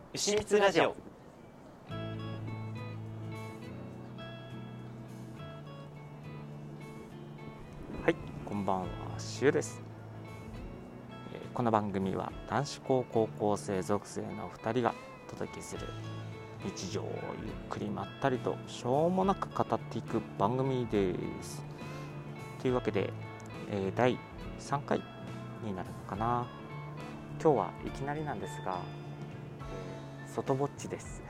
牛光ラジオ。 はい、こんばんは、しゅうです。この番組は男子校高校生属性の2人がお届けする日常をゆっくりまったりとしょうもなく語っていく番組です。というわけで、第3回になるのかな。今日はいきなりなんですが、外ぼっちです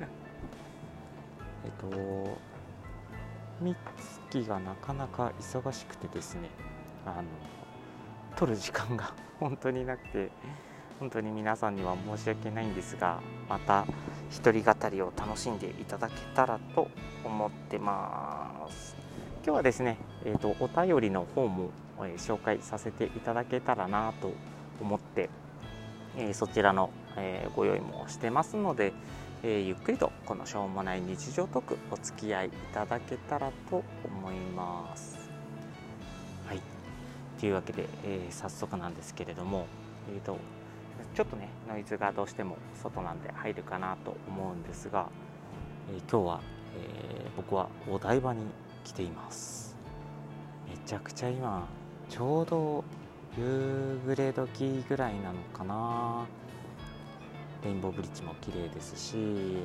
みつきがなかなか忙しくてですね、撮る時間が本当になくて、本当に皆さんには申し訳ないんですが、また一人語りを楽しんでいただけたらと思ってます。今日はですね、お便りの方も、紹介させていただけたらなと思って、そちらの、ご用意もしてますので、ゆっくりとこのしょうもない日常トークお付き合いいただけたらと思います。はい、というわけで、早速なんですけれども、ちょっとねノイズがどうしても外なんで入るかなと思うんですが、今日は、僕はお台場に来ています。めちゃくちゃ今ちょうど夕暮れ時ぐらいなのかな。レインボーブリッジも綺麗ですし、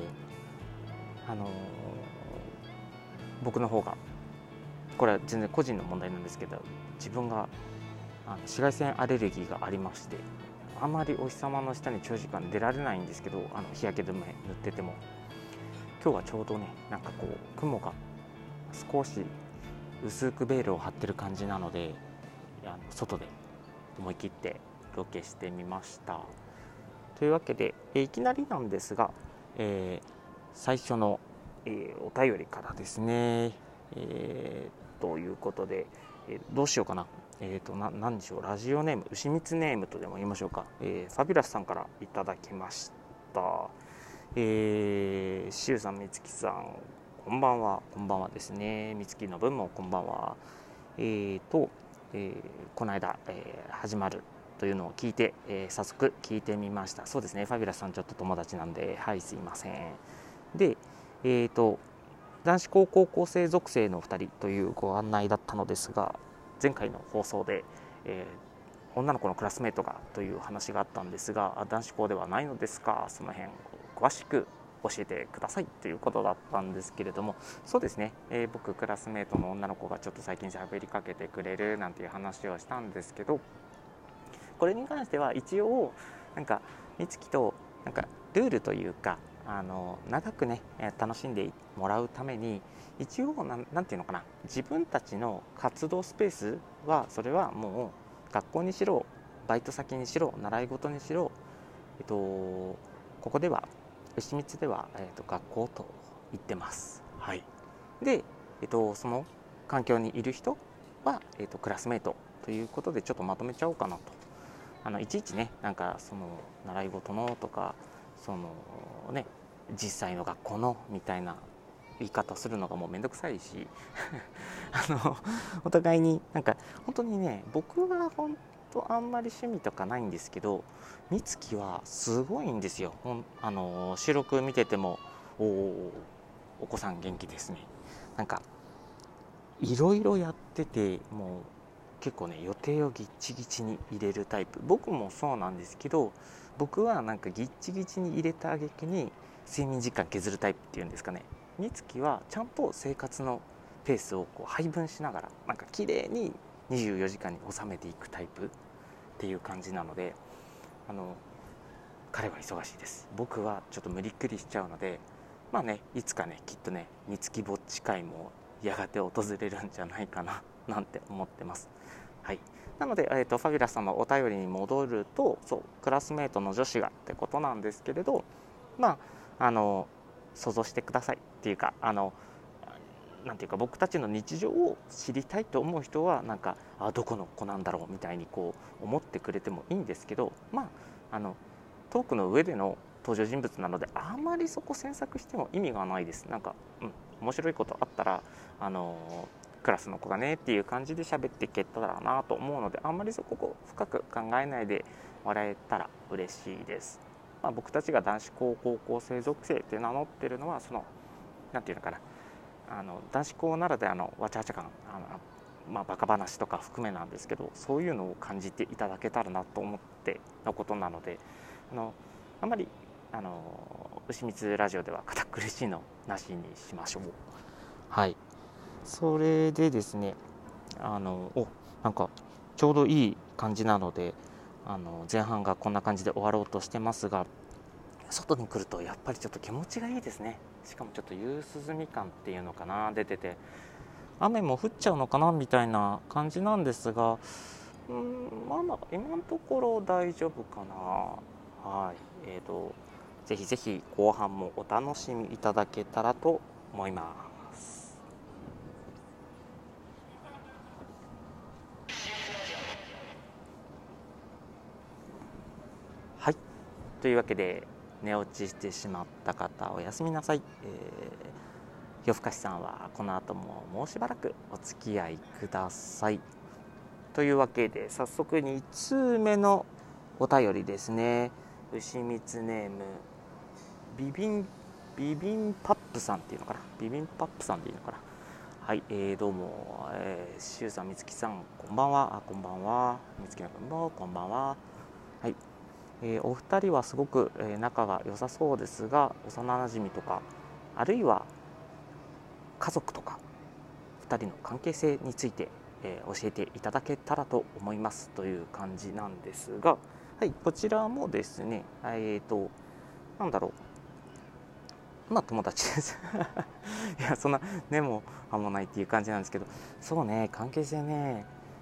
僕の方がこれは全然個人の問題なんですけど、自分が紫外線アレルギーがありまして、あまりお日様の下に長時間出られないんですけど、日焼け止め塗ってても、今日はちょうどね、なんかこう雲が少し薄くベールを張ってる感じなので、外で思い切ってロケしてみました。というわけで、いきなりなんですが、最初の、お便りからですね、ということで、どうしようかな。何でしょう、ラジオネーム、牛光ネームとでも言いましょうか。ファビュラスさんからいただきました。しゅうさん、みつきさん、こんばんは。こんばんはですね。みつきの分もこんばんは。この間、始まるというのを聞いて、早速聞いてみました。そうですね、ファビュラスさんちょっと友達なんで、はい、すいません。で、男子高校生属性の2人というご案内だったのですが、前回の放送で、女の子のクラスメートがという話があったんですが、男子校ではないのですか、その辺詳しく教えてくださいということだったんですけれども、そうですね、僕クラスメートの女の子がちょっと最近喋りかけてくれるなんていう話をしたんですけど、これに関しては一応なんか美月となんかルールというか、長くね楽しんでもらうために一応なんていうのかな、自分たちの活動スペースはそれはもう学校にしろバイト先にしろ習い事にしろ、ここでは牛光では、学校と言ってます。はい。で、その環境にいる人は、クラスメートということでちょっとまとめちゃおうかなと。いちいちね、なんかその習い事のとかそのね実際の学校のみたいな言い方するのがもうめんどくさいしお互いになんか本当にね、僕は本当あんまり趣味とかないんですけど、美月はすごいんですよ。収録見ててもお子さん元気ですね。なんかいろいろやってて、もう結構ね予定をぎっちぎちに入れるタイプ。僕もそうなんですけど、僕はなんかぎっちぎちに入れた挙句に睡眠時間削るタイプっていうんですかね。美月はちゃんと生活のペースをこう配分しながら、なんか綺麗に24時間に収めていくタイプっていう感じなので、彼は忙しいです。僕はちょっと無理っくりしちゃうので、まあね、いつかねきっとね美月ぼっち会もやがて訪れるんじゃないかななんて思ってます。はい、なので、ファビュラスさんのお便りに戻ると、そうクラスメートの女子がってことなんですけれど、まあ想像してくださいっていうか、なんていうか、僕たちの日常を知りたいと思う人はなんかどこの子なんだろうみたいにこう思ってくれてもいいんですけど、まあトークの上での登場人物なのであまりそこ詮索しても意味がないです。なんか、面白いことあったらクラスの子がねっていう感じで喋っていけたらなと思うので、あんまりそこを深く考えないで笑えたら嬉しいです。 僕たちが男子校高校生属性って名乗ってるのは、そのなんていうのかな、男子校ならではのわちゃわちゃ感、バカ話とか含めなんですけど、そういうのを感じていただけたらなと思ってのことなので、あんまり牛光ラジオでは堅苦しいのなしにしましょう。はい、それでですね、なんかちょうどいい感じなので、前半がこんな感じで終わろうとしてますが、外に来るとやっぱりちょっと気持ちがいいですね。しかもちょっと夕涼み感っていうのかな、出てて、雨も降っちゃうのかなみたいな感じなんですが、今のところ大丈夫かな。はい、ぜひぜひ後半もお楽しみいただけたらと思います。はい、というわけで寝落ちしてしまった方おやすみなさい。夜更かしさんはこの後ももうしばらくお付き合いください。というわけで早速2通目のお便りですね。牛光ネームビビンパップさんっていうのかな、ビビンパップさんでいいのかな。はい、どうも、しゅうさん、みつきさん、こんばんは。こんばんは。みつきなくんもこんばんは。はい、お二人はすごく、仲が良さそうですが、幼なじみとかあるいは家族とか2人の関係性について、教えていただけたらと思いますという感じなんですが、はい、こちらもですね、なんだろう、友達ですいや、そんな根も葉もないっていう感じなんですけど、そうね、関係性ね、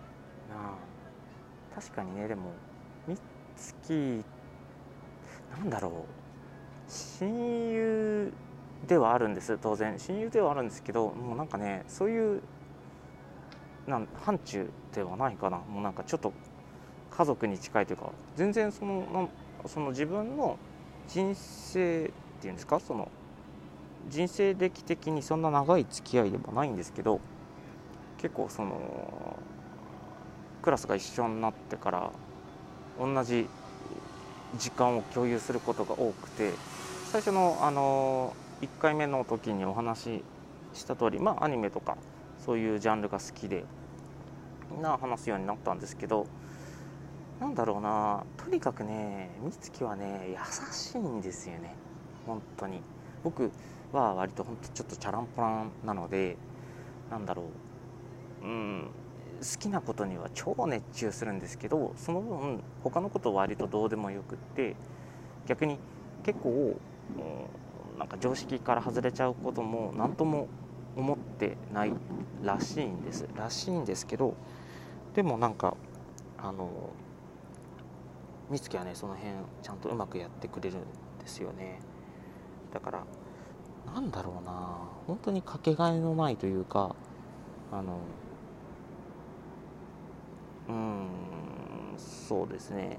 確かにね。でもみつき、なんだろう、親友ではあるんです。当然親友ではあるんですけど、もうなんかね、そういう範疇ではないかな。もうなんかちょっと家族に近いというか、全然その自分の人生っていうんですか、その人生歴的にそんな長い付き合いでもないんですけど、結構そのクラスが一緒になってから同じ時間を共有することが多くて、最初の1回目の時にお話しした通り、アニメとかそういうジャンルが好きで話すようになったんですけど、なんだろうな、とにかくね、美月はね、優しいんですよね。本当に僕は割と本当ちょっとチャランポランなので、なんだろう、好きなことには超熱中するんですけど、その分他のことは割とどうでもよくって、逆に結構なんか常識から外れちゃうことも何とも思ってないらしいんですけど、でもなんか美月はね、その辺ちゃんとうまくやってくれるんですよね。だからなんだろうな、本当にかけがえのないというか、そうですね、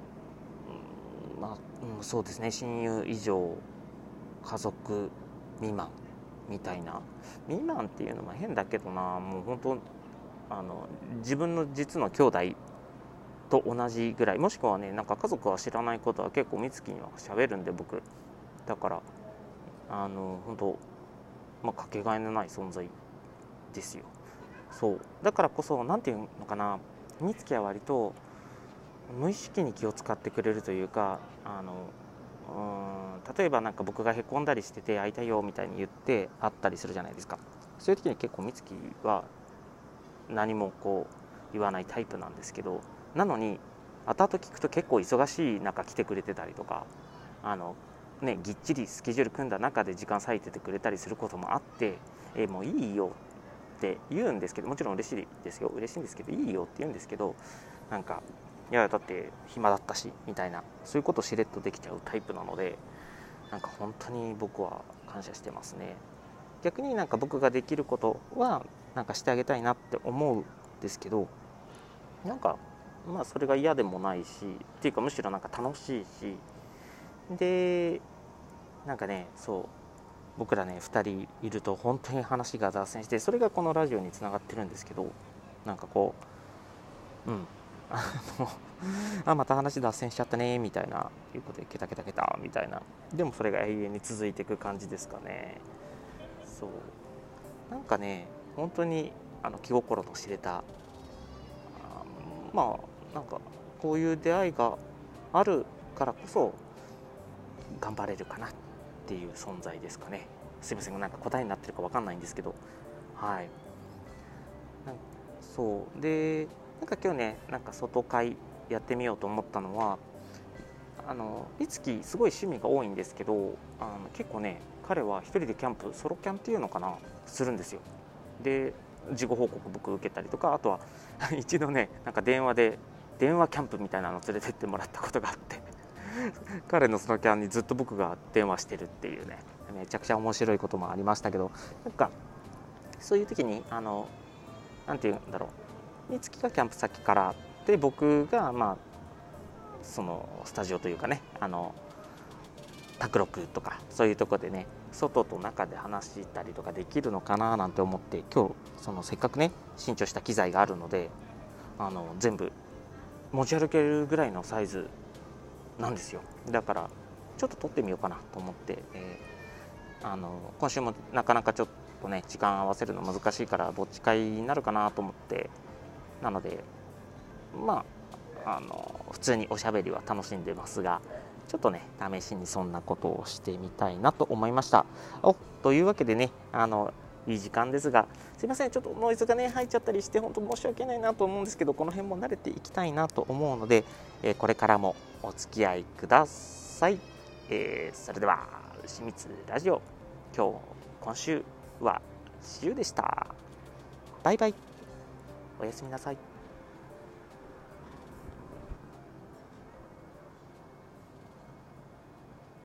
そうですね、親友以上家族未満みたいな、未満っていうのは変だけどな、もう本当自分の実の兄弟と同じぐらい、もしくはね、なんか家族は知らないことは結構美月には喋るんで、僕だから本当、かけがえのない存在ですよ。そうだからこそ、なんていうのかな、美月は割と無意識に気を使ってくれるというか、例えばなんか僕がへこんだりしてて会いたいよみたいに言って会ったりするじゃないですか。そういう時に結構美月は何もこう言わないタイプなんですけど、なのに後々聞くと結構忙しい中来てくれてたりとか、ぎっちりスケジュール組んだ中で時間割いててくれたりすることもあって、もういいよって言うんですけど、もちろん嬉しいんですけど、いいよって言うんですけど、なんか、いやだって暇だったしみたいな、そういうことをしれっとできちゃうタイプなので、なんか本当に僕は感謝してますね。逆になんか僕ができることはなんかしてあげたいなって思うんですけど、なんかそれが嫌でもないし、っていうかむしろなんか楽しいし、でなんかね、そう僕らね2人いると本当に話が脱線して、それがこのラジオにつながってるんですけど、なんかこうあ、また話脱線しちゃったねみたいないうことでケタケタケタみたいな、でもそれが永遠に続いていく感じですかね。そうなんかね、本当に気心の知れた、まあなんかこういう出会いがあるからこそ頑張れるかなっていう存在ですかね。すいません、なんか答えになってるか分かんないんですけど、はい。そうで、なんか今日ね、なんか外会やってみようと思ったのは、いつきすごい趣味が多いんですけど、結構ね、彼は一人でキャンプ、ソロキャンっていうのかな、するんですよ。で、事後報告僕受けたりとか、あとは一度ね、なんか電話キャンプみたいなの連れてってもらったことがあって彼のソロキャンにずっと僕が電話してるっていうね、めちゃくちゃ面白いこともありましたけど、なんかそういう時になんていうんだろう、美月がキャンプ先からで、僕がそのスタジオというかね、卓録とかそういうとこでね、外と中で話したりとかできるのかななんて思って、今日せっかくね新調した機材があるので、全部持ち歩けるぐらいのサイズなんですよ。だからちょっと撮ってみようかなと思って、今週もなかなかちょっとね時間合わせるの難しいからどっち会になるかなと思って、なので普通におしゃべりは楽しんでますが、ちょっとね試しにそんなことをしてみたいなと思いました。というわけでね、いい時間ですが、すいません、ちょっとノイズがね入っちゃったりして本当申し訳ないなと思うんですけど、この辺も慣れていきたいなと思うので、これからもお付き合いください。それでは清水ラジオ、今週はしゅうでした。バイバイ、おやすみなさい。